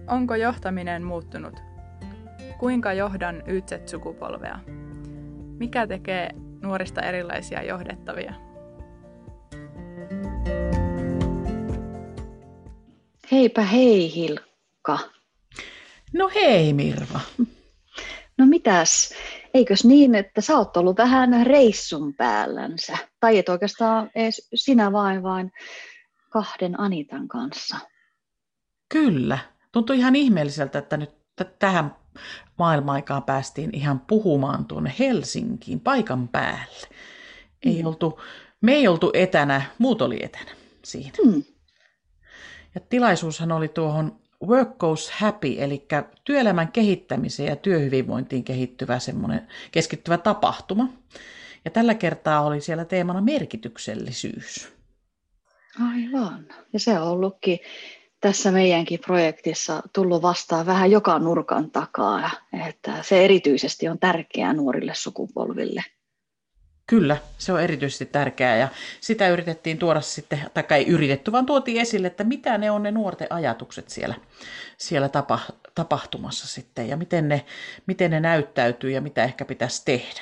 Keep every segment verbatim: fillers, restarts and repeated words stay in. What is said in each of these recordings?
Onko johtaminen muuttunut? Kuinka johdan Y Z-sukupolvea? Mikä tekee nuorista erilaisia johdettavia? Heipä hei, Hilkka. No hei, Mirva. No mitäs, eikös niin, että sä oot ollut vähän reissun päällänsä? Tai et oikeastaan edes sinä vain, vain kahden Anitan kanssa. Kyllä. Tuntui ihan ihmeelliseltä, että nyt t- tähän maailma-aikaan päästiin ihan puhumaan tuonne Helsinkiin paikan päälle. Ei Mm. oltu, me ei oltu etänä, muut oli etänä siinä. Mm. Ja tilaisuushan oli tuohon Work Goes Happy, eli työelämän kehittämiseen ja työhyvinvointiin kehittyvä semmoinen keskittyvä tapahtuma. Ja tällä kertaa oli siellä teemana merkityksellisyys. Aivan. Ja se on ollutkin tässä meidänkin projektissa tullut vastaan vähän joka nurkan takaa, että se erityisesti on tärkeää nuorille sukupolville. Kyllä, se on erityisesti tärkeää ja sitä yritettiin tuoda sitten, tai ei yritetty, vaan tuotiin esille, että mitä ne on ne nuorten ajatukset siellä, siellä tapa, tapahtumassa sitten ja miten ne, miten ne näyttäytyy ja mitä ehkä pitäisi tehdä.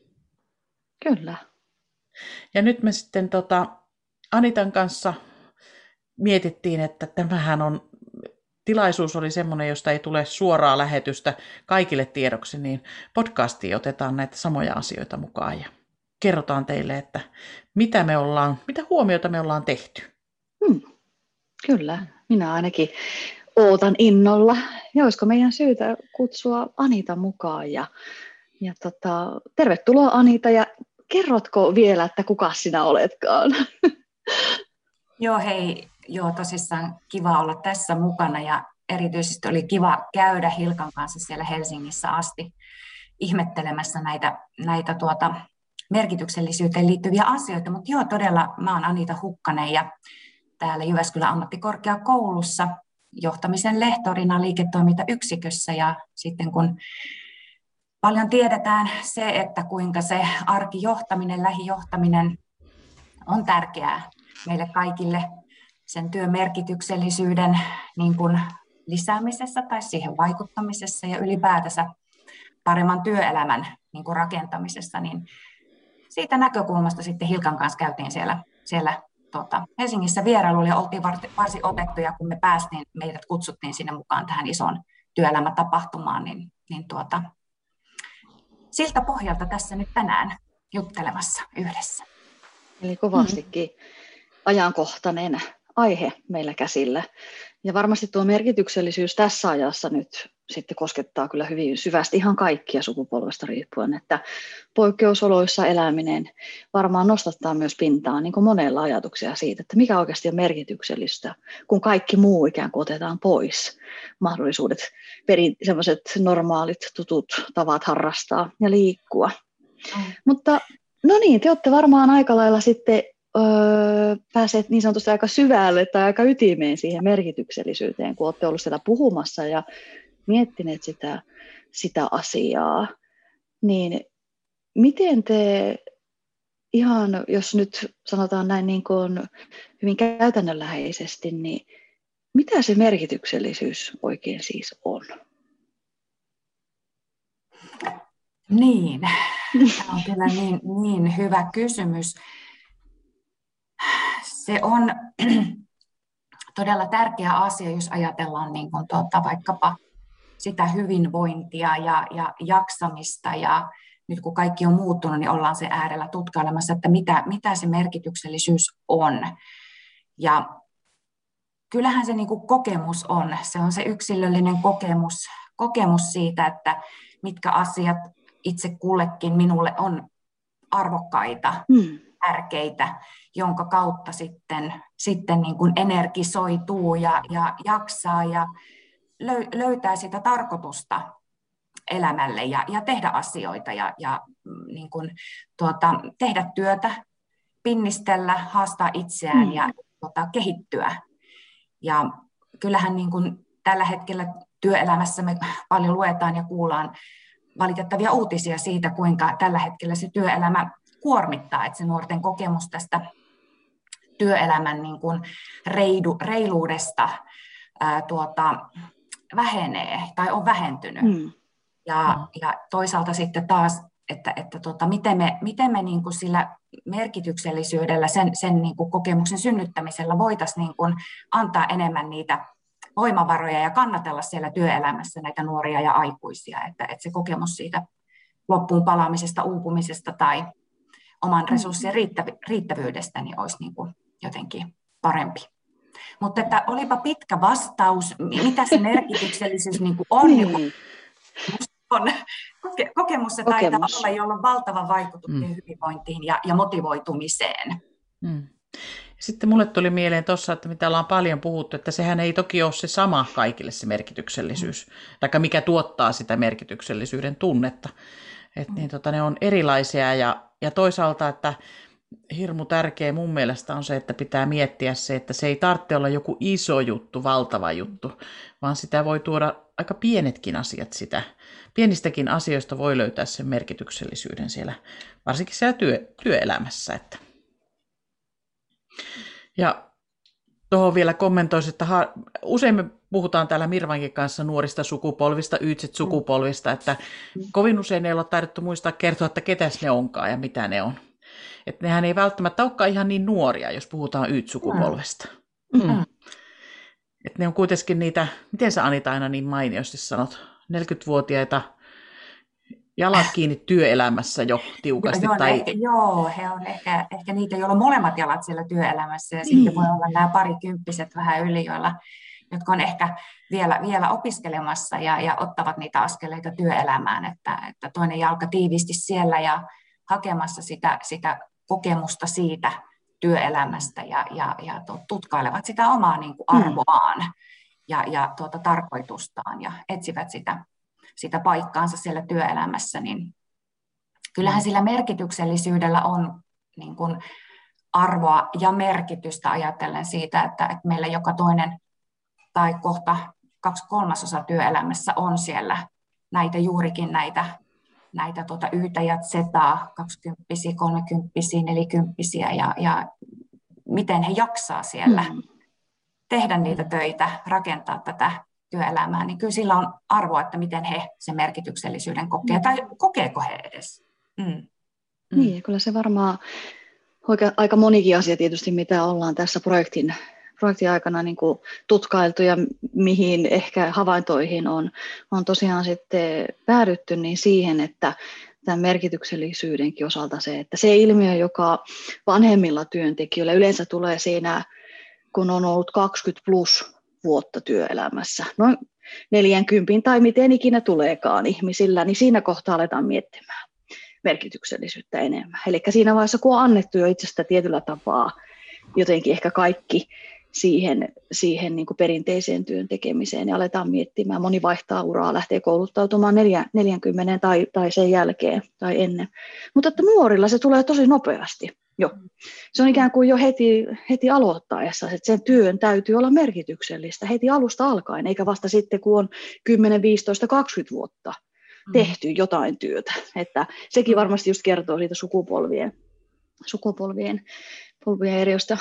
Kyllä. Ja nyt me sitten tota, Anitan kanssa mietittiin, että tämähän on, tilaisuus oli semmoinen, josta ei tule suoraa lähetystä kaikille tiedoksi, niin podcastiin otetaan näitä samoja asioita mukaan ja kerrotaan teille, että mitä me ollaan, mitä huomioita me ollaan tehty. Hmm. Kyllä, minä ainakin ootan innolla. Ja olisiko meidän syytä kutsua Anita mukaan. Ja, ja tota, tervetuloa Anita ja kerrotko vielä, että kuka sinä oletkaan? Joo hei, joo tosissaan kiva olla tässä mukana ja erityisesti oli kiva käydä Hilkan kanssa siellä Helsingissä asti ihmettelemässä näitä, näitä tuota, merkityksellisyyteen liittyviä asioita, mutta joo todella mä oon Anita Hukkanen ja täällä Jyväskylän ammattikorkeakoulussa johtamisen lehtorina liiketoimintayksikössä ja sitten kun paljon tiedetään se, että kuinka se arkijohtaminen, lähijohtaminen on tärkeää meille kaikille sen työn merkityksellisyyden niin kuin lisäämisessä tai siihen vaikuttamisessa ja ylipäätänsä paremman työelämän niin kuin rakentamisessa, niin siitä näkökulmasta sitten Hilkan kanssa käytiin siellä, siellä tota, Helsingissä vierailulla ja oltiin varsin otettuja, kun me päästiin, meidät kutsuttiin sinne mukaan tähän isoon työelämätapahtumaan, niin, niin tuota, siltä pohjalta tässä nyt tänään juttelemassa yhdessä. Eli kovastikin ajankohtainen aihe meillä käsillä. Ja varmasti tuo merkityksellisyys tässä ajassa nyt sitten koskettaa kyllä hyvin syvästi ihan kaikkia sukupolvesta riippuen, että poikkeusoloissa eläminen varmaan nostattaa myös pintaan niin kuin monella ajatuksia siitä, että mikä oikeasti on merkityksellistä, kun kaikki muu ikään kuin otetaan pois. Mahdollisuudet, perin, sellaiset normaalit, tutut tavat harrastaa ja liikkua. Mm. Mutta no niin, te olette varmaan aika lailla sitten Öö, pääset niin sanotusti aika syvälle tai aika ytimeen siihen merkityksellisyyteen, kun olette olleet siellä puhumassa ja miettineet sitä, sitä asiaa. Niin miten te ihan, jos nyt sanotaan näin niin kuin hyvin käytännönläheisesti, niin mitä se merkityksellisyys oikein siis on? Niin, tämä on kyllä niin, niin hyvä kysymys. Se on todella tärkeä asia, jos ajatellaan niin kuin tuota, vaikkapa sitä hyvinvointia ja, ja jaksamista. Ja nyt kun kaikki on muuttunut, niin ollaan se äärellä tutkailemassa, että mitä, mitä se merkityksellisyys on. Ja kyllähän se niin kuin kokemus on. Se on se yksilöllinen kokemus, kokemus siitä, että mitkä asiat itse kullekin minulle on arvokkaita. Hmm. tärkeitä, jonka kautta sitten, sitten niin kuin energisoituu ja, ja jaksaa ja löytää sitä tarkoitusta elämälle ja, ja tehdä asioita ja, ja niin kuin, tuota, tehdä työtä, pinnistellä, haastaa itseään mm. ja tuota, kehittyä. Ja kyllähän niin kuin tällä hetkellä työelämässä me paljon luetaan ja kuullaan valitettavia uutisia siitä, kuinka tällä hetkellä se työelämä kuormittaa, että se nuorten kokemus tästä työelämän niin kuin reidu, reiluudesta, ää, tuota, vähenee tai on vähentynyt. Mm. Ja, ja toisaalta sitten taas, että, että tota, miten me, miten me niin kuin sillä merkityksellisyydellä, sen, sen niin kuin kokemuksen synnyttämisellä voitaisiin niin kuin antaa enemmän niitä voimavaroja ja kannatella siellä työelämässä näitä nuoria ja aikuisia, että, että se kokemus siitä loppuun palaamisesta, uupumisesta tai oman resurssien riittävyydestä niin olisi niin kuin jotenkin parempi. Mutta että olipa pitkä vastaus, mitä se merkityksellisyys niin kuin on, niin. on. Kokemus se taitaa Kokemus. olla, jolla on valtava vaikutus mm. hyvinvointiin ja, ja motivoitumiseen. Mm. Sitten mulle tuli mieleen tuossa, että mitä ollaan paljon puhuttu, että sehän ei toki ole se sama kaikille se merkityksellisyys, mm. tai mikä tuottaa sitä merkityksellisyyden tunnetta. Et niin, tota, ne on erilaisia ja, ja toisaalta, että hirmu tärkeä mun mielestä on se, että pitää miettiä se, että se ei tarvitse olla joku iso juttu, valtava juttu, vaan sitä voi tuoda aika pienetkin asiat sitä. Pienistäkin asioista voi löytää sen merkityksellisyyden siellä, varsinkin siellä työ, työelämässä. Että. Ja tuohon vielä kommentoisin, että ha- usein me puhutaan täällä Mirvankin kanssa nuorista sukupolvista, Y Z-sukupolvista, että kovin usein ei ole taidettu muistaa kertoa, että ketäs ne onkaan ja mitä ne on. Että nehän ei välttämättä olekaan ihan niin nuoria, jos puhutaan Y Z-sukupolvesta. Mm. Mm. Että ne on kuitenkin niitä, miten sä Anita aina niin mainiosti sanot, neljäkymmentävuotiaita jalat kiinni työelämässä jo tiukasti. Joo, tai... ehkä, joo he on ehkä, ehkä niitä, joilla on molemmat jalat siellä työelämässä ja mm. sitten voi olla nämä parikymppiset vähän yli, joilla, jotka on ehkä vielä, vielä opiskelemassa ja, ja ottavat niitä askeleita työelämään, että, että toinen jalka tiiviisti siellä ja hakemassa sitä, sitä kokemusta siitä työelämästä ja, ja, ja tutkailevat sitä omaa niin kuin arvoaan mm. ja, ja tuota, tarkoitustaan ja etsivät sitä, sitä paikkaansa siellä työelämässä, niin kyllähän sillä merkityksellisyydellä on niin kuin arvoa ja merkitystä ajatellen siitä, että, että meillä joka toinen tai kohta kaksi kolmasosa työelämässä on siellä näitä juurikin näitä näitä tuota Ytä ja Zetaa, kaksikymppisiä, kolmekymppisiä, nelikymppisiä ja, ja miten he jaksaa siellä mm. tehdä niitä töitä, rakentaa tätä työelämää, niin kyllä sillä on arvoa, että miten he sen merkityksellisyyden kokee, mm. tai kokeeko he edes. Mm. Mm. Niin, kyllä se varmaan aika monikin asia tietysti, mitä ollaan tässä projektin projektin aikana niin kuin tutkailtu ja mihin ehkä havaintoihin on, on tosiaan sitten päädytty niin siihen, että tämän merkityksellisyydenkin osalta se, että se ilmiö, joka vanhemmilla työntekijöillä yleensä tulee siinä, kun on ollut kaksikymmentä plus vuotta työelämässä, noin neljäkymmentä tai miten ikinä tuleekaan ihmisillä, niin siinä kohtaa aletaan miettimään merkityksellisyyttä enemmän. Eli siinä vaiheessa, kun on annettu jo itsestä tietyllä tapaa jotenkin ehkä kaikki siihen, siihen niin kuin perinteiseen työn tekemiseen ja aletaan miettimään. Moni vaihtaa uraa, lähtee kouluttautumaan neljäkymmentä tai, tai sen jälkeen tai ennen. Mutta että nuorilla se tulee tosi nopeasti jo. Se on ikään kuin jo heti, heti aloittaessa, että sen työn täytyy olla merkityksellistä heti alusta alkaen, eikä vasta sitten, kun on kymmenen, viisitoista, kaksikymmentä vuotta tehty jotain työtä. Että sekin varmasti just kertoo siitä sukupolvien, sukupolvien polvien eriosta.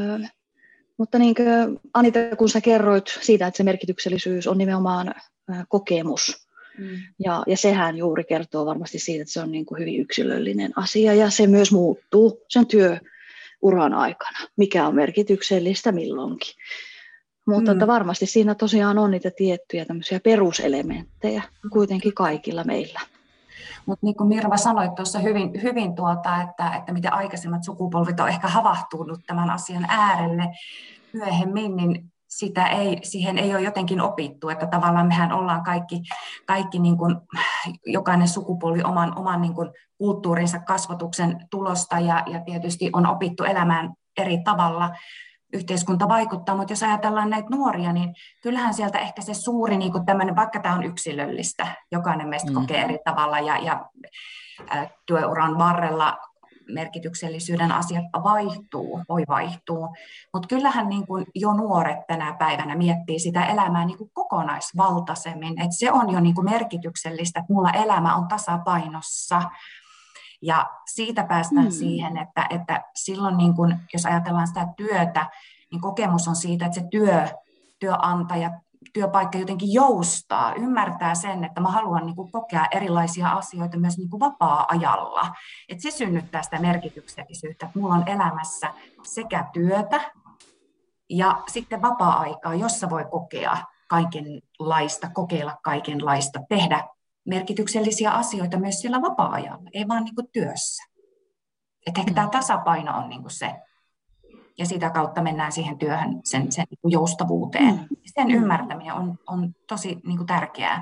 Mutta niin kuin Anita, kun sä kerroit siitä, että se merkityksellisyys on nimenomaan kokemus, mm. ja, ja sehän juuri kertoo varmasti siitä, että se on niin kuin hyvin yksilöllinen asia, ja se myös muuttuu sen työuran aikana, mikä on merkityksellistä milloinkin. Mutta mm. varmasti siinä tosiaan on niitä tiettyjä tämmöisiä peruselementtejä kuitenkin kaikilla meillä. Mutta niin kuin Mirva sanoi tuossa hyvin, hyvin tuota, että, että miten aikaisemmat sukupolvet on ehkä havahtunut tämän asian äärelle myöhemmin, niin sitä ei, siihen ei ole jotenkin opittu, että tavallaan mehän ollaan kaikki, kaikki niin kuin, jokainen sukupolvi oman, oman niin kuin kulttuurinsa kasvatuksen tulosta ja, ja tietysti on opittu elämään eri tavalla. Yhteiskunta vaikuttaa, mutta jos ajatellaan näitä nuoria, niin kyllähän sieltä ehkä se suuri, niin kuin tämmöinen, vaikka tämä on yksilöllistä, jokainen meistä mm. kokee eri tavalla ja, ja ä, työuran varrella merkityksellisyyden asiat vaihtuu, voi vaihtua, mutta kyllähän niin kuin jo nuoret tänä päivänä miettii sitä elämää niin kuin kokonaisvaltaisemmin, että se on jo niin kuin merkityksellistä, että mulla elämä on tasapainossa. Ja siitä päästään mm. siihen, että, että silloin niin kun, jos ajatellaan sitä työtä, niin kokemus on siitä, että se työ, työnantaja työpaikka jotenkin joustaa, ymmärtää sen, että mä haluan niin kuin kokea erilaisia asioita myös niin kuin vapaa-ajalla. Että se synnyttää sitä merkityksellisyyttä, että mulla on elämässä sekä työtä ja sitten vapaa-aikaa, jossa voi kokea kaikenlaista, kokeilla kaikenlaista, tehdä merkityksellisiä asioita myös sillä vapaa-ajalla, ei vaan niin kuin työssä. Että ehkä mm. tämä tasapaino on niin kuin se. Ja sitä kautta mennään siihen työhön, sen, sen joustavuuteen. Mm. Sen ymmärtäminen on, on tosi niin kuin tärkeää.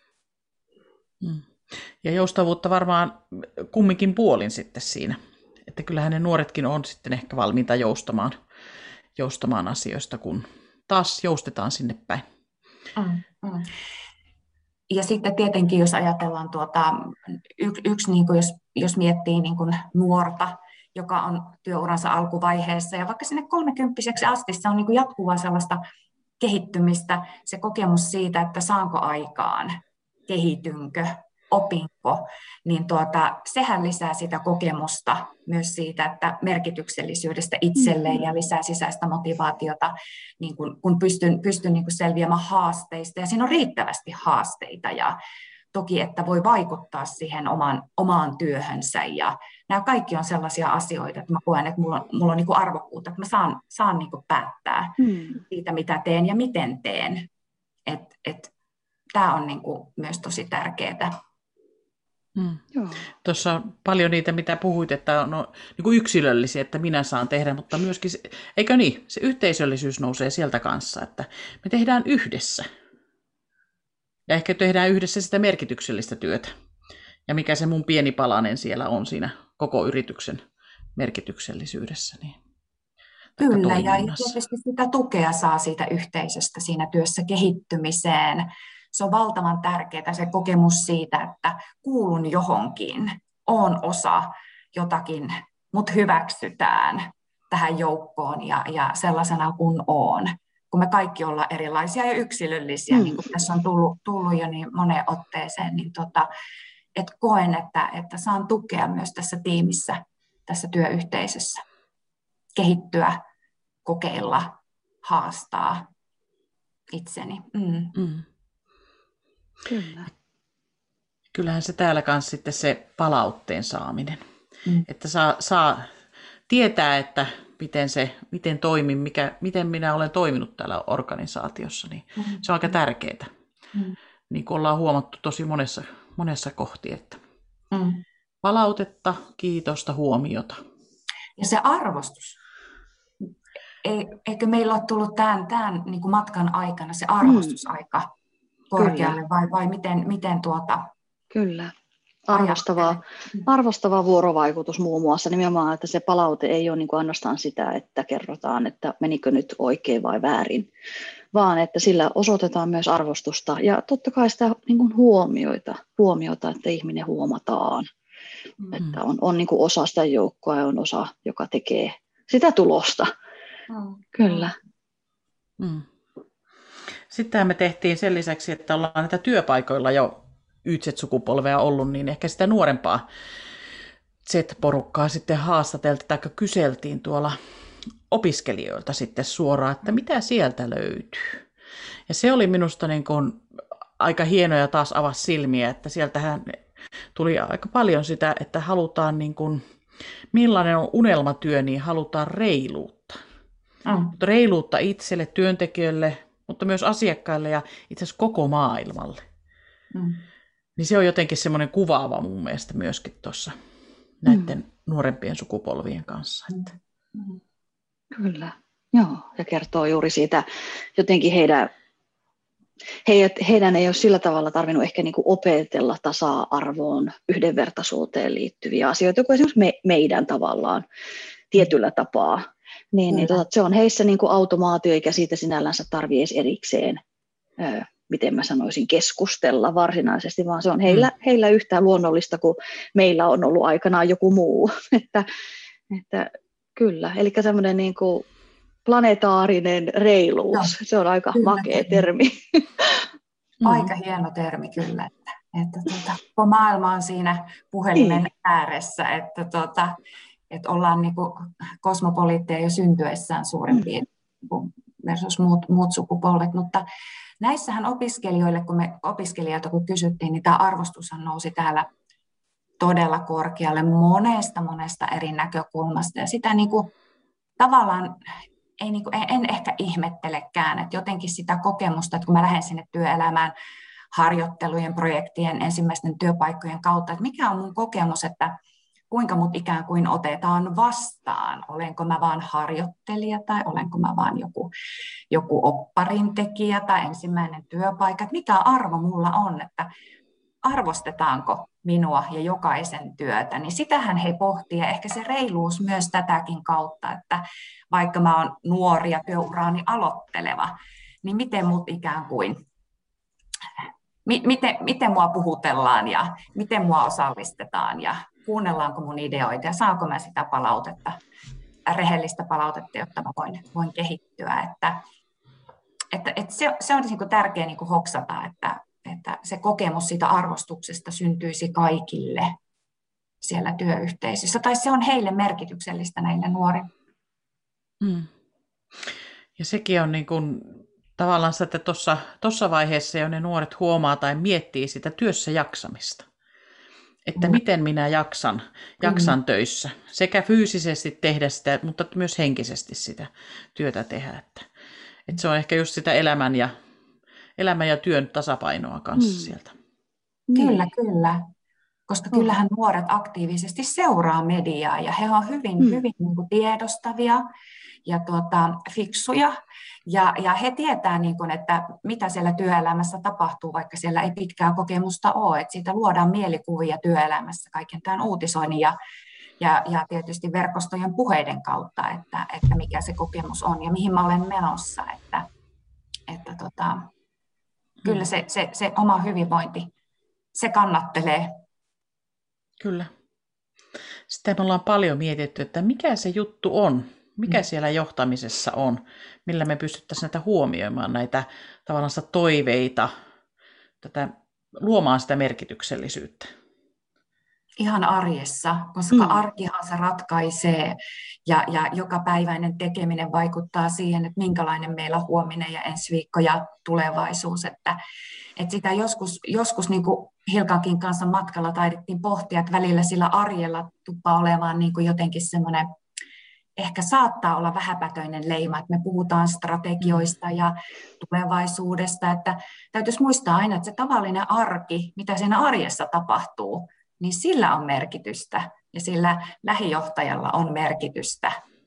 Mm. Ja joustavuutta varmaan kumminkin puolin sitten siinä. Että kyllähän ne nuoretkin on sitten ehkä valmiita joustamaan, joustamaan asioista, kun taas joustetaan sinne päin. Mm. Mm. Ja sitten tietenkin, jos ajatellaan tuota, yksi, yksi niin kuin jos, jos miettii niin kuin nuorta, joka on työuransa alkuvaiheessa, ja vaikka sinne kolmekymppiseksi asti se on niin kuin jatkuvaa sellaista kehittymistä, se kokemus siitä, että saanko aikaan, kehitynkö, opinko, niin tuota, sehän lisää sitä kokemusta myös siitä, että merkityksellisyydestä itselleen ja lisää sisäistä motivaatiota, niin kun, kun pystyn, pystyn niin kun selviämään haasteista, ja siinä on riittävästi haasteita, ja toki, että voi vaikuttaa siihen omaan, omaan työhönsä, ja nämä kaikki on sellaisia asioita, että mä koen, että mulla on, mulla on niin kuin arvokkuutta, että mä saan, saan niin kuin päättää hmm. siitä, mitä teen ja miten teen. Et, et, tämä on niin kuin myös tosi tärkeää. Hmm. Tuossa on paljon niitä, mitä puhuit, että on no, niin kuin yksilöllisiä, että minä saan tehdä, mutta myöskin, se, eikö niin, se yhteisöllisyys nousee sieltä kanssa, että me tehdään yhdessä. Ja ehkä tehdään yhdessä sitä merkityksellistä työtä. Ja mikä se mun pieni palanen siellä on siinä koko yrityksen merkityksellisyydessä. Niin, Kyllä, ja tietysti sitä tukea saa siitä yhteisöstä siinä työssä kehittymiseen. Se on valtavan tärkeää se kokemus siitä, että kuulun johonkin, olen osa jotakin, mut hyväksytään tähän joukkoon ja, ja sellaisena kuin olen. Kun me kaikki ollaan erilaisia ja yksilöllisiä, mm. niin kuin tässä on tullut, tullut jo niin moneen otteeseen, niin tota, et koen, että, että saan tukea myös tässä tiimissä, tässä työyhteisössä, kehittyä, kokeilla, haastaa itseni. Mm. Mm. Kyllä. Kyllähän se täällä kanssa sitten se palautteen saaminen, mm. että saa, saa tietää, että miten, se, miten toimin, mikä, miten minä olen toiminut täällä organisaatiossa, niin mm. se on aika tärkeää. Mm. Niin kuin ollaan huomattu tosi monessa, monessa kohti, että mm. palautetta, kiitosta, huomiota. Ja se arvostus. Eikö meillä ole tullut tämän, tämän niin kuin matkan aikana se arvostusaika mm. korkealle, Kyllä. vai, vai miten, miten tuota... Kyllä. Arvostavaa, arvostavaa vuorovaikutus muun muassa nimenomaan, että se palaute ei ole niin kuin ainoastaan sitä, että kerrotaan, että menikö nyt oikein vai väärin, vaan että sillä osoitetaan myös arvostusta ja totta kai sitä niin kuin huomioita, huomiota, että ihminen huomataan, mm. että on, on niin kuin osa sitä joukkoa ja on osa, joka tekee sitä tulosta. Mm. Kyllä. Mm. Sitten me tehtiin sen lisäksi, että ollaan näitä työpaikoilla jo Y Z-sukupolvea ollut, niin ehkä sitä nuorempaa Z-porukkaa sitten haastateltiin tai kyseltiin tuolla opiskelijoilta sitten suoraan, että mitä sieltä löytyy. Ja se oli minusta niin kuin aika hienoja taas avasi silmiä, että sieltähän tuli aika paljon sitä, että halutaan niin kuin, millainen on unelmatyö, niin halutaan reiluutta. Mm. Reiluutta itselle, työntekijöille, mutta myös asiakkaille ja itse asiassa koko maailmalle. Mm. Niin se on jotenkin semmoinen kuvaava mun mielestä myöskin tuossa näiden mm. nuorempien sukupolvien kanssa. Että. Kyllä, joo. Ja kertoo juuri siitä, jotenkin heidän, heidät, heidän ei ole sillä tavalla tarvinnut ehkä niinku opetella tasa-arvoon, yhdenvertaisuuteen liittyviä asioita, kuin esimerkiksi me, meidän tavallaan tietyllä tapaa. Niin, niin tota, se on heissä niinku automaatio, eikä siitä sinällänsä tarvitse edes erikseen ö, miten mä sanoisin, keskustella varsinaisesti, vaan se on heillä, mm. heillä yhtä luonnollista kuin meillä on ollut aikanaan joku muu. että, että, kyllä, eli semmoinen niin kuin planetaarinen reiluus, no, se on aika kyllä, makea kyllä. termi. Aika hieno termi kyllä, että, että tuota, koko maailma on siinä puhelimen mm. ääressä, että, tuota, että ollaan niin kuin kosmopoliitteja jo syntyessään suurin piirtein. Mm. versus muut, muut sukupolvet, mutta näissähän opiskelijoille, kun me opiskelijoilta kun kysyttiin, niin tämä arvostushan nousi täällä todella korkealle monesta monesta eri näkökulmasta, ja sitä niin kuin, tavallaan ei, niin kuin, en ehkä ihmettelekään, että jotenkin sitä kokemusta, että kun mä lähden sinne työelämään harjoittelujen, projektien, ensimmäisten työpaikkojen kautta, että mikä on mun kokemus, että kuinka mut ikään kuin otetaan vastaan, olenko mä vaan harjoittelija tai olenko mä vaan joku, joku opparintekijä tai ensimmäinen työpaikka, että mikä arvo mulla on, että arvostetaanko minua ja jokaisen työtä, niin sitähän he pohtii, ja ehkä se reiluus myös tätäkin kautta, että vaikka mä oon nuori ja työuraani aloitteleva, niin miten mut ikään kuin, mi- miten, miten mua puhutellaan ja miten mua osallistetaan ja kuunnellaanko mun ideoita ja saanko mä sitä palautetta, rehellistä palautetta, jotta mä voin, voin kehittyä, että, että, että se, se on niin kuin tärkeää niin kuin hoksata, että että se kokemus siitä arvostuksesta syntyisi kaikille siellä työyhteisössä, tai se on heille merkityksellistä näille nuorille. Mm. Ja sekin on niin kuin, tavallaan, että tuossa vaiheessa jo ne nuoret huomaa tai miettii sitä työssä jaksamista. Että mm. miten minä jaksan, jaksan mm. töissä, sekä fyysisesti tehdä sitä, mutta myös henkisesti sitä työtä tehdä. Että, että se on ehkä just sitä elämän ja elämän ja työn tasapainoa kanssa mm. sieltä. Kyllä, kyllä. Koska mm. kyllähän nuoret aktiivisesti seuraa mediaa ja he ovat hyvin, mm. hyvin niin kuin tiedostavia ja tuota, fiksuja. Ja, ja he tietää, niin kuin, että mitä siellä työelämässä tapahtuu, vaikka siellä ei pitkää kokemusta ole. Että siitä luodaan mielikuvia työelämässä kaiken tämän uutisoinnin ja, ja, ja tietysti verkostojen puheiden kautta, että, että mikä se kokemus on ja mihin mä olen menossa. Että, että tota, Kyllä se, se, se oma hyvinvointi, se kannattelee. Kyllä. Sitten me ollaan paljon mietitty, että mikä se juttu on, mikä mm. siellä johtamisessa on, millä me pystyttäisiin näitä huomioimaan, näitä tavallaan toiveita, tätä, luomaan sitä merkityksellisyyttä. Ihan arjessa, koska mm. arkihan se ratkaisee ja, ja jokapäiväinen tekeminen vaikuttaa siihen, että minkälainen meillä on huominen ja ensi viikko ja tulevaisuus. Että, että sitä joskus, joskus niin kuin Hilkankin kanssa matkalla taidettiin pohtia, että välillä sillä arjella tuppaa olemaan niin kuin jotenkin semmoinen, ehkä saattaa olla vähäpätöinen leima, että me puhutaan strategioista ja tulevaisuudesta, että täytyisi muistaa aina, että se tavallinen arki, mitä siinä arjessa tapahtuu, niin sillä on merkitystä ja sillä lähijohtajalla on merkitystä.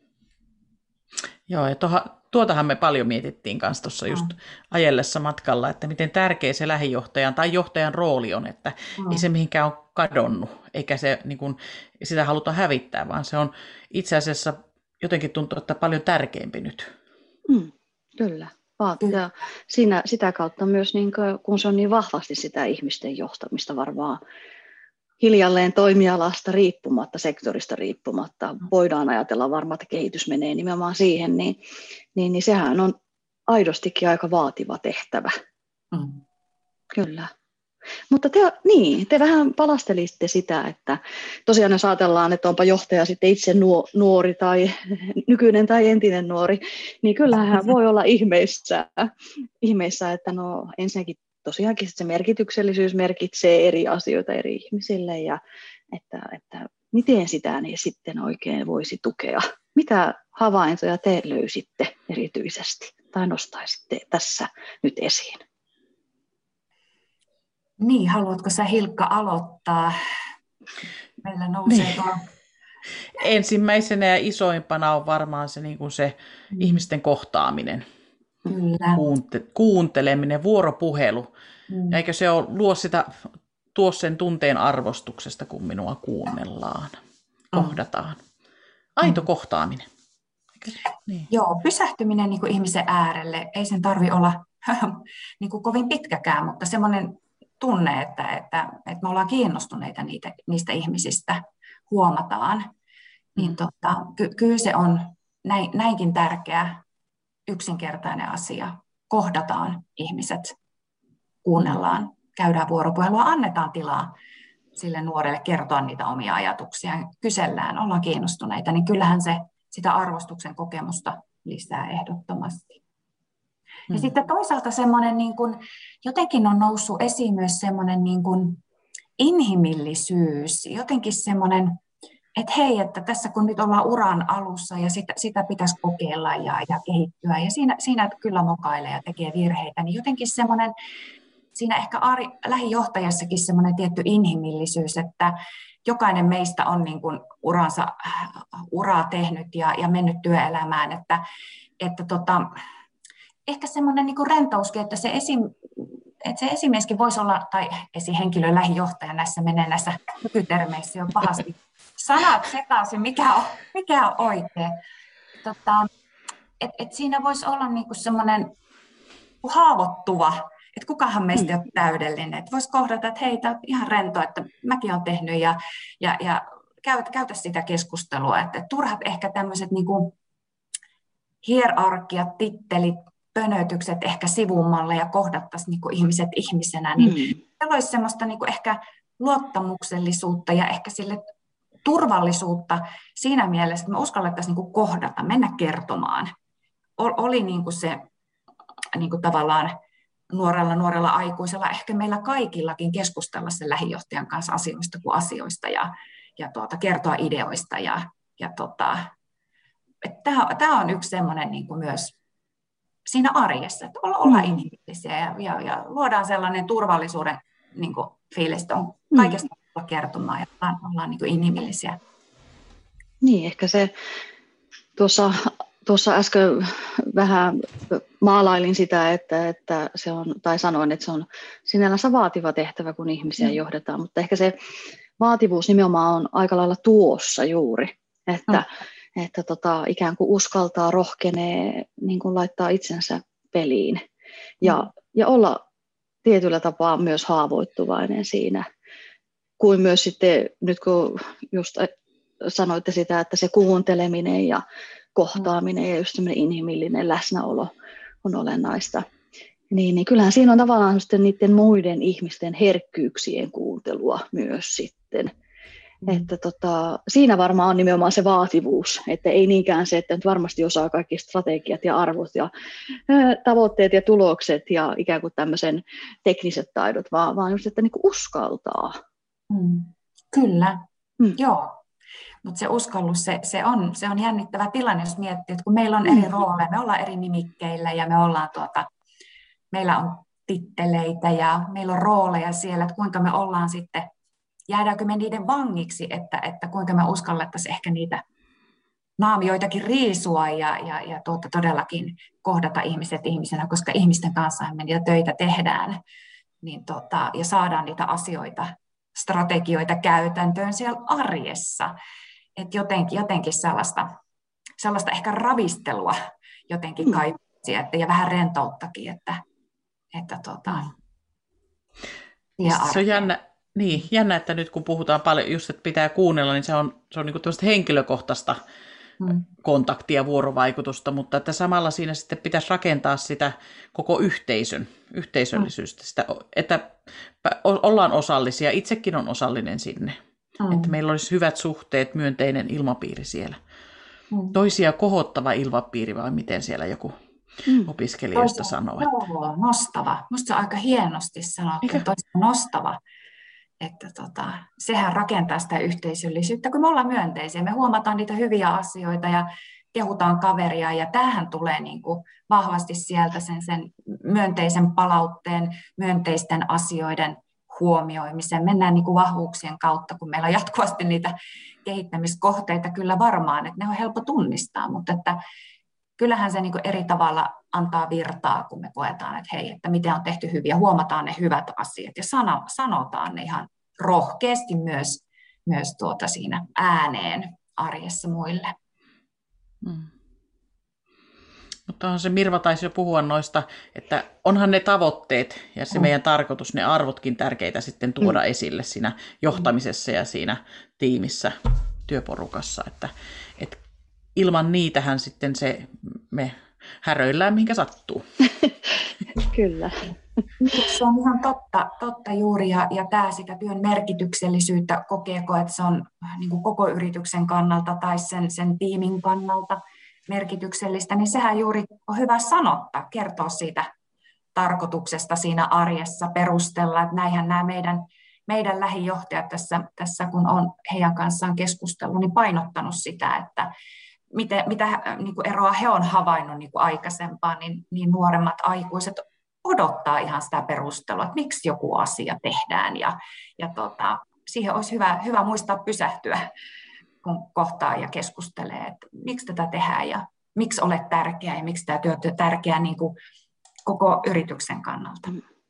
Joo, ja tuoha, tuotahan me paljon mietittiin kanssa tuossa just mm. ajellessa matkalla, että miten tärkeä se lähijohtajan tai johtajan rooli on, että mm. ei se mihinkään ole kadonnut, eikä se, niin kuin, sitä haluta hävittää, vaan se on itse asiassa jotenkin tuntuu, että paljon tärkeämpi nyt. Mm, kyllä. Ja siinä, sitä kautta myös, niin kuin, kun se on niin vahvasti sitä ihmisten johtamista varmaan, hiljalleen toimialasta riippumatta, sektorista riippumatta, voidaan ajatella varmaan, että kehitys menee nimenomaan siihen, niin, niin, niin sehän on aidostikin aika vaativa tehtävä. Mm. Kyllä. Mutta te, niin, te vähän palastelitte sitä, että tosiaan jos ajatellaan, että onpa johtaja sitten itse nuori tai nykyinen tai entinen nuori, niin kyllähän voi olla ihmeissä, ihmeissä että no ensinnäkin tosiaankin se merkityksellisyys merkitsee eri asioita eri ihmisille ja että, että miten sitä niin sitten oikein voisi tukea. Mitä havaintoja te löysitte erityisesti tai nostaisitte tässä nyt esiin? Niin, haluatko sä Hilkka aloittaa? Meillä nousee niin. tuo... Ensimmäisenä ja isoimpana on varmaan se, niin kuin se mm. ihmisten kohtaaminen. Kyllä. Kuunte, kuunteleminen, vuoropuhelu. Mm. Ja eikö se ole, luo sitä, tuo sen tunteen arvostuksesta, kun minua kuunnellaan, mm. kohdataan. Aito mm. kohtaaminen. Niin. Joo, pysähtyminen niin kuin ihmisen äärelle, ei sen tarvitse olla niin kuin kovin pitkäkään, mutta semmoinen tunne, että, että, että me ollaan kiinnostuneita niitä, niistä ihmisistä, huomataan. Mm. Niin tota, ky, kyllä se on näin, näinkin tärkeä, yksinkertainen asia. Kohdataan ihmiset, kuunnellaan, käydään vuoropuhelua, annetaan tilaa sille nuorelle kertoa niitä omia ajatuksia, kysellään, ollaan kiinnostuneita, niin kyllähän se sitä arvostuksen kokemusta lisää ehdottomasti. Ja mm. sitten toisaalta semmoinen, niin kuin, jotenkin on noussut esiin myös semmoinen niin kuin inhimillisyys, jotenkin semmoinen, että hei, että tässä kun nyt ollaan uran alussa ja sitä, sitä pitäisi kokeilla ja, ja kehittyä ja siinä, siinä kyllä mokailee ja tekee virheitä, niin jotenkin semmoinen, siinä ehkä Ari, lähijohtajassakin semmoinen tietty inhimillisyys, että jokainen meistä on niin kuin uransa, uraa tehnyt ja, ja mennyt työelämään, että, että tota, ehkä semmoinen niin kuin rentouskin, että se, esim, että se esimieskin voisi olla, tai esihenkilö lähijohtaja näissä menee näissä nykytermeissä jo pahasti, sanat sekaisin, mikä on, mikä on oikein. Tota, et, et siinä voisi olla niinku semmoinen haavoittuva, että kukahan meistä ei ole täydellinen. Et voisi kohdata, että hei, tämä on ihan rentoa, että mäkin olen tehnyt ja, ja, ja käytä, käytä sitä keskustelua. Että et turhat ehkä tämmöiset niinku hierarkiat, tittelit, pönötykset ehkä sivummalle ja kohdattaisiin niinku ihmiset ihmisenä, niin mm. se olisi semmoista niinku ehkä luottamuksellisuutta ja ehkä sille turvallisuutta siinä mielessä, että me uskallettaisiin niin kuin kohdata, mennä kertomaan. Oli niin kuin se niin kuin tavallaan nuorella, nuorella aikuisella, ehkä meillä kaikillakin keskustella sen lähijohtajan kanssa asioista kuin asioista ja, ja tuota, kertoa ideoista. Ja, ja tota, tämä, tämä on yksi semmoinen niin kuin myös siinä arjessa, että olla, olla inhimillisiä ja, ja, ja luodaan sellainen turvallisuuden niin kuin fiilis, että on kaikesta mm. kertomaan ja ollaan, ollaan niin kuin inhimillisiä. Niin, ehkä se tuossa, tuossa äsken vähän maalailin sitä, että, että se on, tai sanoin, että se on sinällänsä vaativa tehtävä, kun ihmisiä mm. johdetaan, mutta ehkä se vaativuus nimenomaan on aika lailla tuossa juuri, että, mm. että tota, ikään kuin uskaltaa, rohkenee, niin kuin laittaa itsensä peliin ja, mm. ja olla tietyllä tapaa myös haavoittuvainen siinä, kuin myös sitten, nyt kun just sanoitte sitä, että se kuunteleminen ja kohtaaminen mm. ja just semmoinen inhimillinen läsnäolo on olennaista, niin, niin kyllähän siinä on tavallaan sitten niiden muiden ihmisten herkkyyksien kuuntelua myös sitten. Mm. Että tota, siinä varmaan on nimenomaan se vaativuus, että ei niinkään se, että nyt varmasti osaa kaikki strategiat ja arvot ja ää, tavoitteet ja tulokset ja ikään kuin tämmöisen tekniset taidot, vaan, vaan just, että niinku uskaltaa. Mm. Kyllä, mm. joo. Mutta se uskallus, se, se, on, se on jännittävä tilanne, jos miettii, että kun meillä on eri mm. rooleja, me ollaan eri nimikkeillä ja me ollaan tuota, meillä on titteleitä ja meillä on rooleja siellä, että kuinka me ollaan sitten, jäädäänkö me niiden vangiksi, että, että kuinka me uskallettaisiin ehkä niitä naamioitakin riisua ja, ja, ja tuota, todellakin kohdata ihmiset ihmisenä, koska ihmisten kanssa me niitä töitä tehdään niin tota, ja saadaan niitä asioita, strategioita käytäntöön siellä arjessa. Että jotenkin, jotenkin sellaista, sellaista ehkä ravistelua jotenkin kaipaisi, että, ja vähän rentouttakin, että, että tota, se on jännä, niin, jännä, että nyt kun puhutaan paljon just, että pitää kuunnella, niin se on, se on niin kuin henkilökohtaista hmm. kontaktia, vuorovaikutusta, mutta että samalla siinä sitten pitäisi rakentaa sitä koko yhteisön, yhteisöllisyyttä, sitä, että ollaan osallisia, itsekin on osallinen sinne, hmm. että meillä olisi hyvät suhteet, myönteinen ilmapiiri siellä. Hmm. Toisia kohottava ilmapiiri, vai miten siellä joku hmm. opiskelijoista sanoo. Joo, nostava. Minusta se on aika hienosti sanottu, toista nostava. Että tota, sehän rakentaa sitä yhteisöllisyyttä, kun me ollaan myönteisiä. Me huomataan niitä hyviä asioita ja kehutaan kaveria, ja tämähän tulee niin kuin vahvasti sieltä sen, sen myönteisen palautteen, myönteisten asioiden huomioimiseen. Mennään niin kuin vahvuuksien kautta, kun meillä on jatkuvasti niitä kehittämiskohteita kyllä varmaan, että ne on helppo tunnistaa, mutta että kyllähän se niin kuin eri tavalla antaa virtaa, kun me koetaan, että hei, että miten on tehty hyviä, huomataan ne hyvät asiat ja sano, sanotaan ne ihan rohkeasti myös, myös tuota siinä ääneen arjessa muille. Hmm. Mutta on se Mirva taisi jo puhua noista, että onhan ne tavoitteet ja se mm. meidän tarkoitus, ne arvotkin tärkeitä sitten tuoda mm. esille siinä johtamisessa ja siinä tiimissä, työporukassa, että, että ilman niitähän sitten se me häröillään, minkä sattuu. Kyllä. Se on ihan totta, totta juuri, ja, ja tämä sitä työn merkityksellisyyttä kokeeko, että se on niin kuin koko yrityksen kannalta tai sen, sen tiimin kannalta, merkityksellistä, niin sehän juuri on hyvä sanottaa, kertoa siitä tarkoituksesta siinä arjessa, perustella, että näinhän nämä meidän, meidän lähijohtajat tässä, tässä, kun on heidän kanssaan keskustellut, niin painottanut sitä, että miten, mitä niin kuin eroa he on havainnut niin kuin aikaisempaan, niin, niin nuoremmat aikuiset odottaa ihan sitä perustelua, että miksi joku asia tehdään, ja, ja tota, siihen olisi hyvä, hyvä muistaa pysähtyä, kun kohtaa ja keskustelee, että miksi tätä tehdään ja miksi olet tärkeä ja miksi tämä työ on tärkeä niin kuin koko yrityksen kannalta.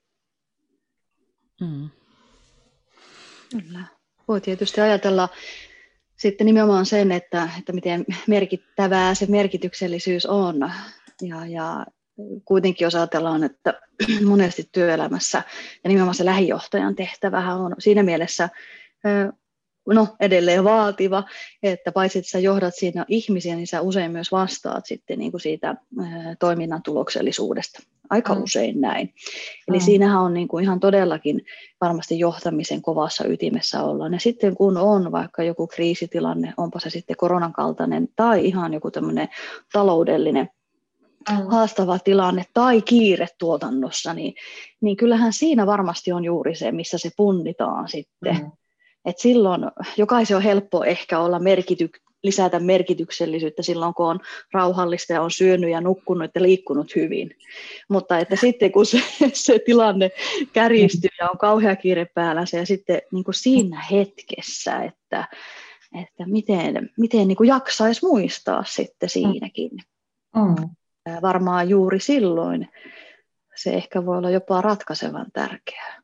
Mm. Kyllä. Voi tietysti ajatella sitten nimenomaan sen, että, että miten merkittävää se merkityksellisyys on. Ja, ja kuitenkin jos ajatellaan, että monesti työelämässä ja nimenomaan se lähijohtajan tehtävähän on siinä mielessä no, edelleen vaativa, että paitsi että sä johdat siinä ihmisiä, niin sä usein myös vastaat sitten niin kuin siitä ää, toiminnan tuloksellisuudesta. Aika mm. usein näin. Eli mm. siinähän on niin kuin ihan todellakin varmasti johtamisen kovassa ytimessä ollaan. Ja sitten kun on vaikka joku kriisitilanne, onpa se sitten koronan kaltainen tai ihan joku tämmöinen taloudellinen mm. haastava tilanne tai kiire tuotannossa, niin, niin kyllähän siinä varmasti on juuri se, missä se punnitaan sitten. Mm. Et silloin jokaisen on helppo ehkä olla merkity, lisätä merkityksellisyyttä silloin, kun on rauhallista ja on syönyt ja nukkunut ja liikkunut hyvin. Mutta että sitten kun se, se tilanne kärjistyy ja on kauhea kiire päällä ja sitten niin kuin siinä hetkessä, että, että miten, miten niin kuin jaksaisi muistaa sitten siinäkin. Mm. Varmaan juuri silloin se ehkä voi olla jopa ratkaisevan tärkeää.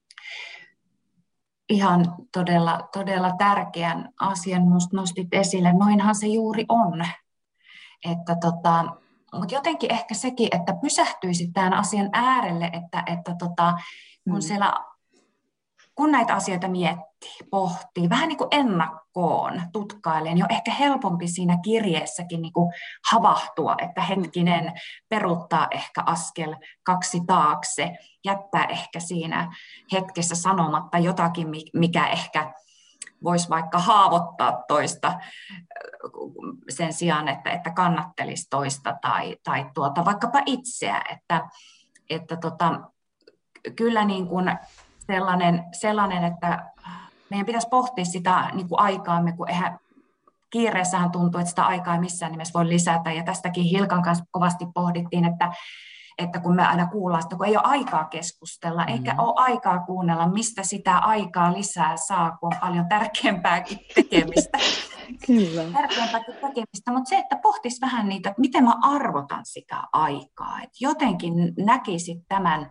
Ihan todella, todella tärkeän asian nostit esille. Noinhan se juuri on. Että tota, mutta jotenkin ehkä sekin, että pysähtyisi tämän asian äärelle, että, että tota, kun, siellä, kun näitä asioita miettii, pohtii, vähän niin kuin ennakkoon tutkailee, niin on ehkä helpompi siinä kirjeessäkin niin kuin havahtua, että hetkinen, peruuttaa ehkä askel kaksi taakse, jättää ehkä siinä hetkessä sanomatta jotakin, mikä ehkä voisi vaikka haavoittaa toista sen sijaan, että, että kannattelisi toista tai, tai tuota, vaikkapa itseä. Että, että tota, kyllä niin kuin sellainen, sellainen, että meidän pitäisi pohtia sitä niin kuin aikaamme, kun eihän kiireessähän tuntuu, että sitä aikaa ei missään nimessä voi lisätä. Ja tästäkin Hilkan kanssa kovasti pohdittiin, että että kun me aina kuullaan sitä, kun ei ole aikaa keskustella, mm-hmm. eikä ole aikaa kuunnella, mistä sitä aikaa lisää saa, kun on paljon tärkeämpääkin tekemistä. Kyllä. Tärkeämpääkin tekemistä, mutta se, että pohtisi vähän niitä, että miten mä arvotan sitä aikaa, että jotenkin näkisit tämän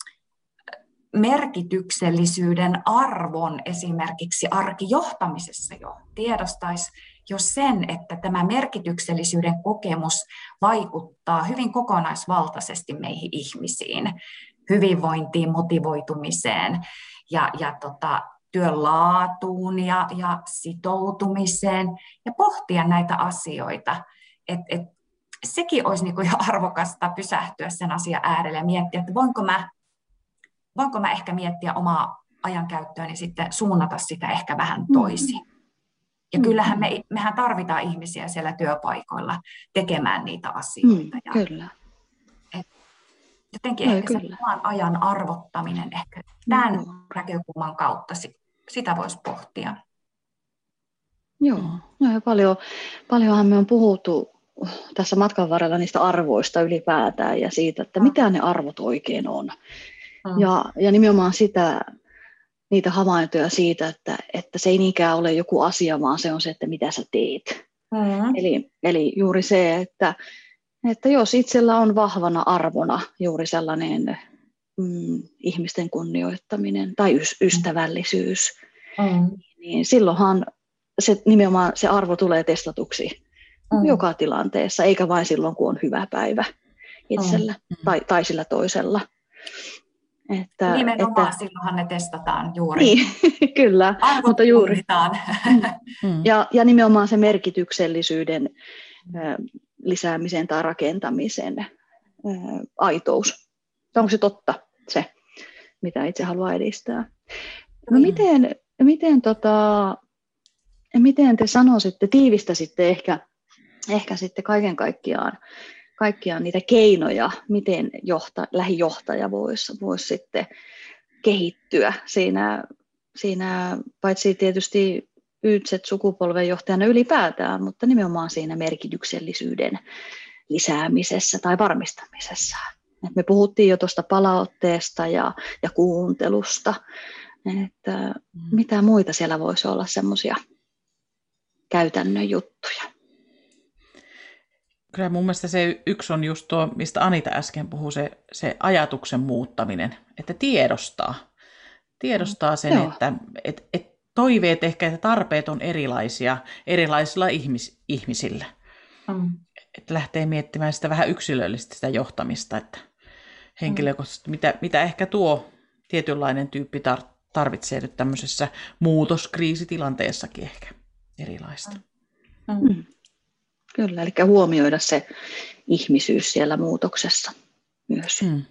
merkityksellisyyden arvon esimerkiksi arkijohtamisessa jo, tiedostaisi jo sen, että tämä merkityksellisyyden kokemus vaikuttaa hyvin kokonaisvaltaisesti meihin ihmisiin, hyvinvointiin, motivoitumiseen ja, ja tota, työn laatuun ja, ja sitoutumiseen ja pohtia näitä asioita. Et, et, sekin olisi niinku ihan arvokasta pysähtyä sen asian äärelle ja miettiä, että voinko mä, voinko mä ehkä miettiä omaa ajankäyttöön ja sitten suunnata sitä ehkä vähän toisin. Mm-hmm. Ja kyllähän me, mehän tarvitaan ihmisiä siellä työpaikoilla tekemään niitä asioita. Mm, ja kyllä. Et jotenkin no, ehkä kyllä. Se oman ajan arvottaminen ehkä tämän no. näkökulman kautta sitä voisi pohtia. Joo, no, paljon, paljonhan me on puhuttu tässä matkan varrella niistä arvoista ylipäätään ja siitä, että mitä ne arvot oikein on. Mm. Ja, ja nimenomaan sitä... niitä havaintoja siitä, että, että se ei niinkään ole joku asia, vaan se on se, että mitä sä teet. Mm-hmm. Eli, eli juuri se, että, että jos itsellä on vahvana arvona juuri sellainen mm, ihmisten kunnioittaminen tai ystävällisyys, mm-hmm. niin silloinhan se, nimenomaan se arvo tulee testatuksi mm-hmm. joka tilanteessa, eikä vain silloin, kun on hyvä päivä itsellä mm-hmm. tai, tai sillä toisella. Että, nimenomaan että, silloinhan ne testataan juuri. Niin, kyllä. Arvot mutta juuri. Mm. Ja, ja nimenomaan se merkityksellisyyden ä, lisäämisen tai rakentamisen ä, aitous. Onko se totta se, mitä itse haluaa edistää? No mm. miten, miten, tota, miten te sanoisitte, tiivistäisitte ehkä ehkä sitten kaiken kaikkiaan, kaikkiaan niitä keinoja, miten johta, lähijohtaja voisi vois sitten kehittyä siinä, siinä paitsi tietysti Y Z-sukupolven johtajana ylipäätään, mutta nimenomaan siinä merkityksellisyyden lisäämisessä tai varmistamisessa. Et me puhuttiin jo tuosta palautteesta ja, ja kuuntelusta, että mm. mitä muita siellä voisi olla semmoisia käytännön juttuja. Kyllä mun mielestä se yksi on just tuo, mistä Anita äsken puhui, se, se ajatuksen muuttaminen, että tiedostaa. Tiedostaa sen, mm. että et, et toiveet ehkä ja tarpeet on erilaisia erilaisilla ihmis, ihmisillä. Mm. Että lähtee miettimään sitä vähän yksilöllisesti sitä johtamista, että henkilökohtaisesti, mm. mitä, mitä ehkä tuo tietynlainen tyyppi tar- tarvitsee nyt tämmöisessä muutoskriisitilanteessakin ehkä erilaista. Mm. Mm. Kyllä, eli huomioida se ihmisyys siellä muutoksessa myös. Mm.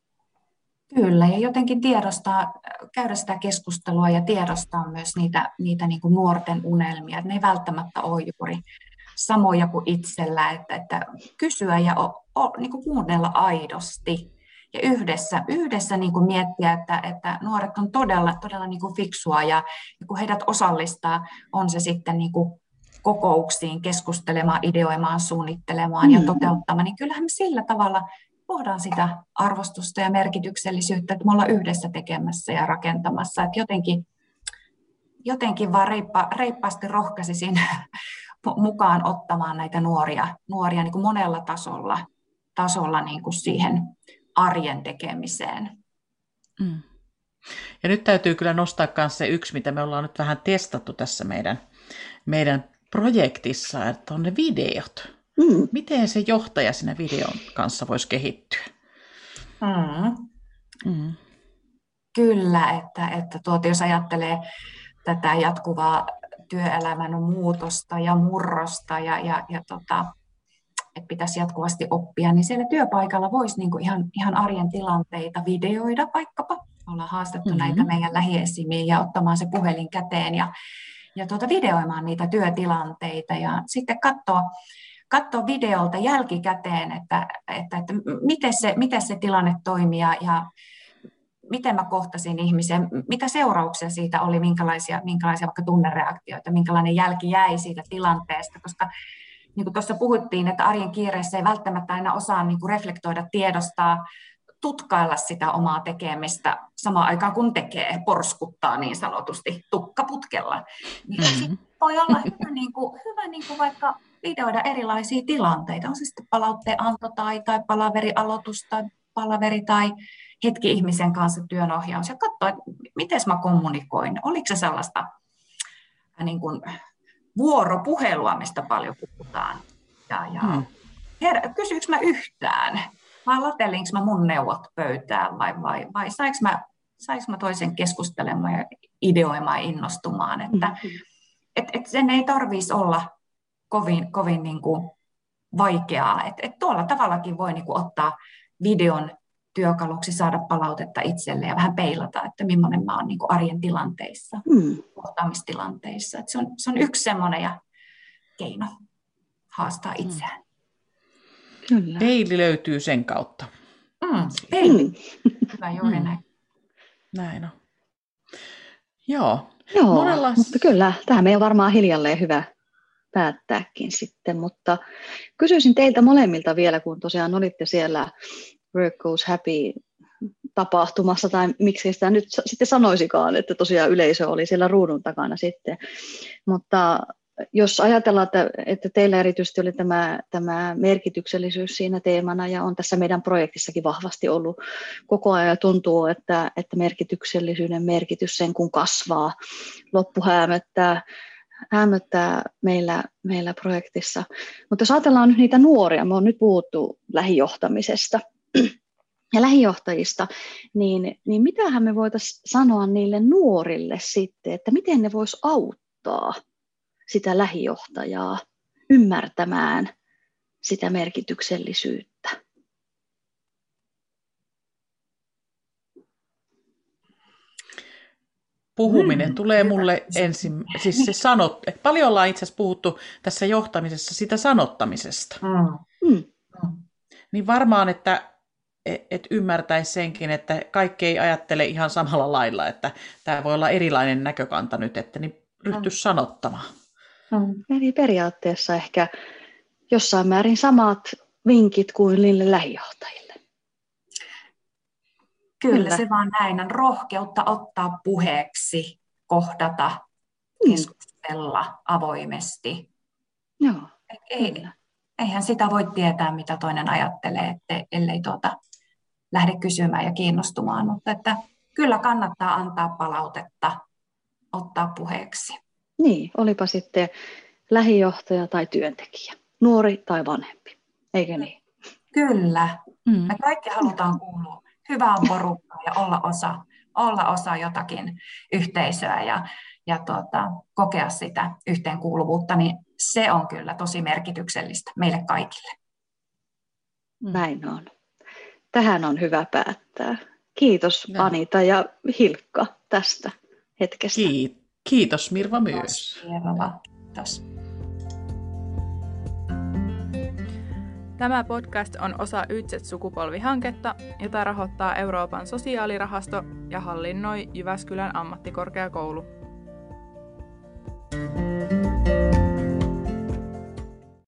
Kyllä, ja jotenkin tiedostaa, käydä sitä keskustelua ja tiedostaa myös niitä, niitä niin kuin nuorten unelmia. Että ne ei välttämättä ole juuri samoja kuin itsellä, että, että kysyä ja o, o, niin kuin kuunnella aidosti ja yhdessä, yhdessä niin kuin miettiä, että, että nuoret on todella, todella niin kuin fiksua ja, ja kun heidät osallistaa, on se sitten niin kuin kokouksiin keskustelemaan, ideoimaan, suunnittelemaan mm. ja toteuttamaan, niin kyllähän me sillä tavalla luodaan sitä arvostusta ja merkityksellisyyttä, että me ollaan yhdessä tekemässä ja rakentamassa. Että jotenkin, jotenkin vaan reippa, reippaasti rohkaisisin mukaan ottamaan näitä nuoria, nuoria niin kuin monella tasolla, tasolla niin kuin siihen arjen tekemiseen. Mm. Ja nyt täytyy kyllä nostaa myös se yksi, mitä me ollaan nyt vähän testattu tässä meidän, meidän projektissa, että on ne videot. Mm. Miten se johtaja siinä videon kanssa voisi kehittyä? Mm. Mm. Kyllä, että, että tuota, jos ajattelee tätä jatkuvaa työelämän muutosta ja murrosta ja, ja, ja tota, että pitäisi jatkuvasti oppia, niin siellä työpaikalla voisi niinku ihan, ihan arjen tilanteita videoida vaikkapa. Ollaan haastettu mm-hmm. näitä meidän lähiesimiä ja ottamaan se puhelin käteen ja, ja tuota, videoimaan niitä työtilanteita ja sitten katsoa, katsoa videolta jälkikäteen, että, että, että miten, se, miten se tilanne toimii ja, ja miten mä kohtasin ihmisen, mitä seurauksia siitä oli, minkälaisia, minkälaisia vaikka tunnereaktioita, minkälainen jälki jäi siitä tilanteesta, koska niin kuin tuossa puhuttiin, että arjen kiireessä ei välttämättä aina osaa niin kuin reflektoida, tiedostaa, tutkailla sitä omaa tekemistä samaan aikaan kun tekee, porskuttaa niin sanotusti tukkaputkella. Niin mm-hmm. voi olla hyvä, niin kuin, hyvä niin kuin vaikka videoida erilaisia tilanteita, on se sitten palautteen anto tai, tai palaverialoitus tai palaveri tai hetki ihmisen kanssa työnohjaus ja katsoa, että miten mä kommunikoin, oliko se sellaista niin kuin vuoropuhelua, mistä paljon puhutaan. Ja, ja hmm. her- kysyykö mä yhtään? Vai latelinko mä mun neuvot pöytään? Vai, vai, vai sainko mä, sainko mä toisen keskustelemaan ja ideoimaan ja innostumaan? Että, hmm. et, et sen ei tarvitsisi olla kovin, kovin niin kuin vaikeaa. Et, et tuolla tavallakin voi niin kuin ottaa videon työkaluksi, saada palautetta itselle ja vähän peilata, että millainen mä oon niin kuin arjen tilanteissa, mm. kohtaamistilanteissa. Että se, on, se on yksi semmoinen ja keino haastaa itseään. Kyllä. Peili löytyy sen kautta. Mm, peili. Mm. Hyvä, juuri mm. näin. Näin on. Joo. Joo, Monella... mutta kyllä, tähän meidän on varmaan hiljalleen hyvä päättääkin sitten, mutta kysyisin teiltä molemmilta vielä, kun tosiaan olitte siellä Work Goes Happy-tapahtumassa, tai miksi sitä nyt sitten sanoisikaan, että tosiaan yleisö oli siellä ruudun takana sitten. Mutta jos ajatellaan, että, että teillä erityisesti oli tämä, tämä merkityksellisyys siinä teemana, ja on tässä meidän projektissakin vahvasti ollut koko ajan, ja tuntuu, että, että merkityksellisyyden merkitys sen kun kasvaa, loppu häämöttää, hämöttää meillä, meillä projektissa. Mutta jos ajatellaan nyt niitä nuoria, me on nyt puhuttu lähijohtamisesta, ja lähijohtajista, niin, niin mitähän me voitaisiin sanoa niille nuorille sitten, että miten ne vois auttaa sitä lähijohtajaa ymmärtämään sitä merkityksellisyyttä? puhuminen Mm, tulee hyvä. mulle ensin, siis se sanot, paljon ollaan itse asiassa puhuttu tässä johtamisessa sitä sanottamisesta. Mm. Mm. Mm. Niin varmaan, että et ymmärtäisi senkin, että kaikki ei ajattele ihan samalla lailla, että tämä voi olla erilainen näkökanta nyt, että niin ryhtyisi Mm. sanottamaan. Mm. Eli periaatteessa ehkä jossain määrin samat vinkit kuin niille lähijohtajille. Kyllä, Kyllä. se vaan näin on. Rohkeutta ottaa puheeksi, kohdata, Mm. keskustella avoimesti. Joo, Ei, kyllä. eihän sitä voi tietää, mitä toinen ajattelee, että ellei tuota lähde kysymään ja kiinnostumaan. Mutta että kyllä kannattaa antaa palautetta, ottaa puheeksi. Niin, olipa sitten lähijohtaja tai työntekijä, nuori tai vanhempi, eikö niin? Kyllä. Mm. Me kaikki halutaan kuulua hyvään porukkaan ja olla osa, olla osa jotakin yhteisöä ja, ja tuota, kokea sitä yhteenkuuluvuutta, niin se on kyllä tosi merkityksellistä meille kaikille. Näin on. Tähän on hyvä päättää. Kiitos Joo. Anita ja Hilkka tästä hetkestä. Kiitos. Kiitos Mirva myös. Kiitos, Mirva. Kiitos. Tämä podcast on osa Y Z T-sukupolvihanketta, jota rahoittaa Euroopan sosiaalirahasto ja hallinnoi Jyväskylän ammattikorkeakoulu.